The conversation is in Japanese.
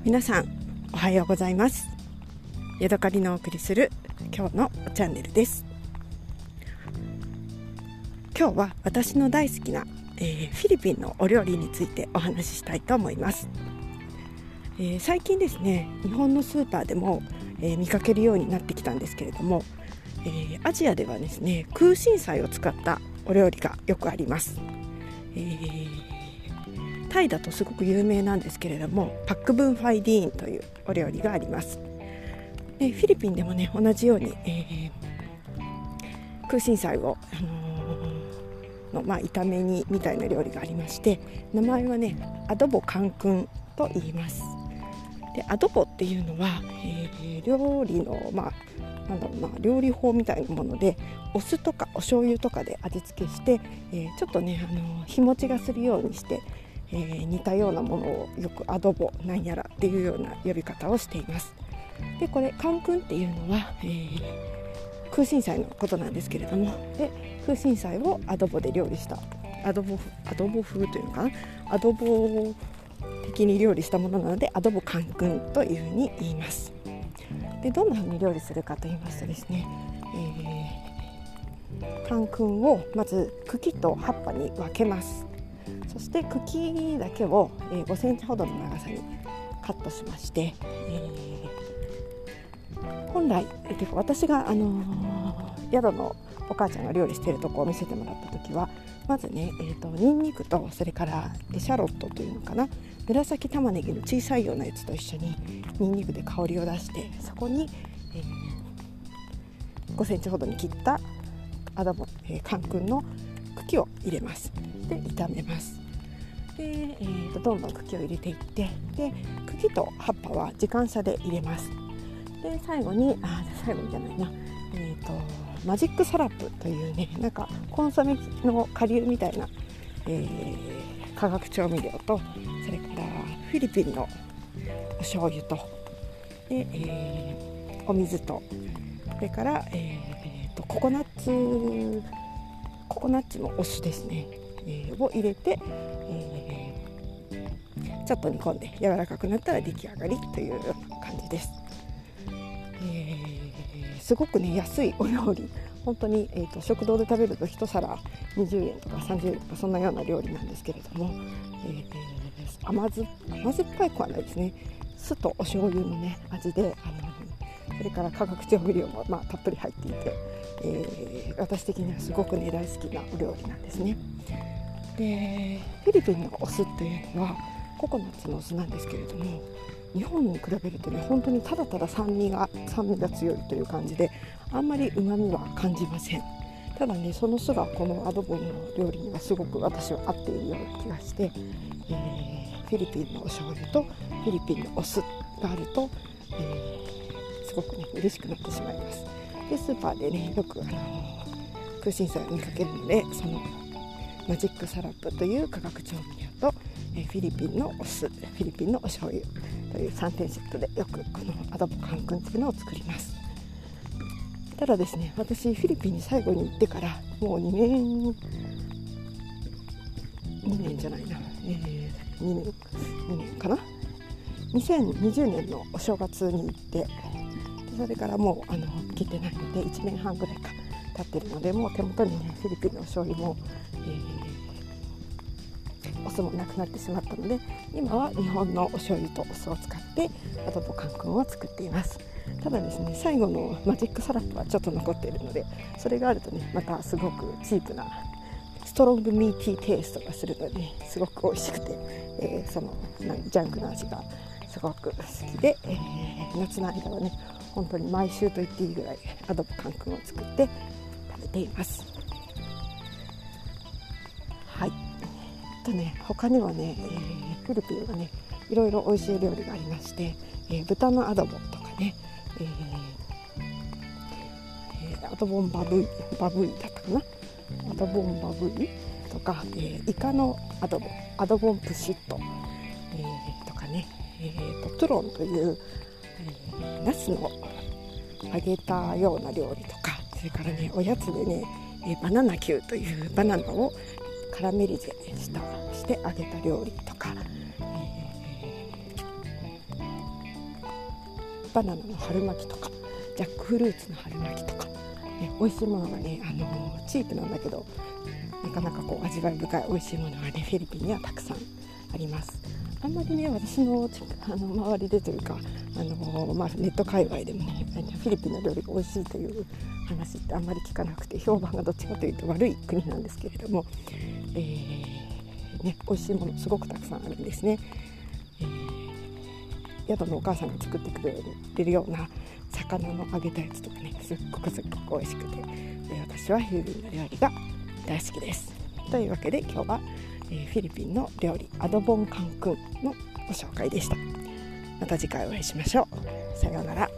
皆さんおはようございます。ヤドカリのお送りする今日のチャンネルです。今日は私の大好きな、フィリピンのお料理についてお話ししたいと思います。最近ですね、日本のスーパーでも、見かけるようになってきたんですけれども、アジアではですね、空心菜を使ったお料理がよくあります。タイだとすごく有名なんですけれども、パックブンファイディーンというお料理があります。フィリピンでもね、同じように、空心菜を、炒め煮みたいな料理がありまして、名前はね、アドボカンクンと言います。で、アドボっていうのは、料理の、料理法みたいなもので、お酢とかお醤油とかで味付けして、ちょっとね、日持ちがするようにして、似たようなものをよくアドボなんやらっていうような呼び方をしています。で、これカンクンっていうのは、空心菜のことなんですけれども、で空心菜をアドボで料理したアドボ風というのかな、アドボ的に料理したものなので、アドボカンクンというふうに言います。で、どんなふうに料理するかと言いますとですね、カンクンをまず茎と葉っぱに分けます。そして茎だけを5センチほどの長さにカットしまして、本来私が宿のお母ちゃんが料理しているところを見せてもらった時は、まずね、ニンニクとそれからシャロットというのかな、紫玉ねぎの小さいようなやつと一緒にニンニクで香りを出して、そこに、5センチほどに切ったカンクンの茎を入れます。で、炒めます。で、どんどん茎を入れていって、で茎と葉っぱは時間差で入れます。で、最後にマジックサラップというね、なんかコンソメの顆粒みたいな、化学調味料と、それからフィリピンのお醤油と、で、お水と、それから、ココナッツのお酢ですね、を入れて、ちょっと煮込んで柔らかくなったら出来上がりという感じです。すごくね、安いお料理、本当に、食堂で食べると1皿20円とか30円とかそんなような料理なんですけれども、甘酸っぱいくはないですね。酢とお醤油のね味で、それから化学調味料も、たっぷり入っていて、私的にはすごくね大好きなお料理なんですね。で、フィリピンのお酢っていうのはココナッツのお酢なんですけれども、日本に比べるとね、本当にただただ酸味が強いという感じで、あんまり旨味は感じません。ただね、その酢がこのアドボの料理にはすごく私は合っているような気がして、フィリピンのお醤油とフィリピンのお酢があると、すごくね嬉しくなってしまいます。で、スーパーでね、よく空心菜を見かけるので、そのマジックサラップという化学調味料と、フィリピンのお酢、フィリピンのお醤油という3点セットでよくこのアドボカンクンというのを作ります。ただですね、私フィリピンに最後に行ってからもう2年かな、2020年のお正月に行って、それからもう来てないので1年半ぐらいか経ってるので、もう手元にねフィリピンのお醤油も、お酢もなくなってしまったので、今は日本のお醤油とお酢を使ってアドボカンクンを作っています。ただですね、最後のマジックサラップはちょっと残っているので、それがあるとね、またすごくチープなストロングミーティーテイストがするので、ね、すごく美味しくて、そのジャンクな味がすごく好きで、夏の間はね、本当に毎週と言っていいぐらいアドボカンクンを作って食べています。はい。他にはね、フィリピンはね、いろいろ美味しい料理がありまして、豚のアドボとかね、アドボンバブイだったかな、アドボンバブイとか、イカのアドボンプシット、とかね、トゥロンという、ナスの揚げたような料理とか、それからね、おやつでね、バナナキューというバナナをカラメリゼして揚げた料理とか、 バナナの春巻きとかジャックフルーツの春巻きとか、美味しいものがね、チープなんだけどなかなかこう味わい深い美味しいものがねフィリピンにはたくさんあります。あんまりね私の周りでというかネット界隈でもねフィリピンの料理が美味しいという話ってあんまり聞かなくて、評判がどっちかというと悪い国なんですけれども、美味しいものすごくたくさんあるんですね。宿のお母さんが作ってくれてるような魚の揚げたやつとかね、すっごく美味しくて、私はフィリピンの料理が大好きです。というわけで今日は、フィリピンの料理アドボンカンクンのご紹介でした。また次回お会いしましょう。さようなら。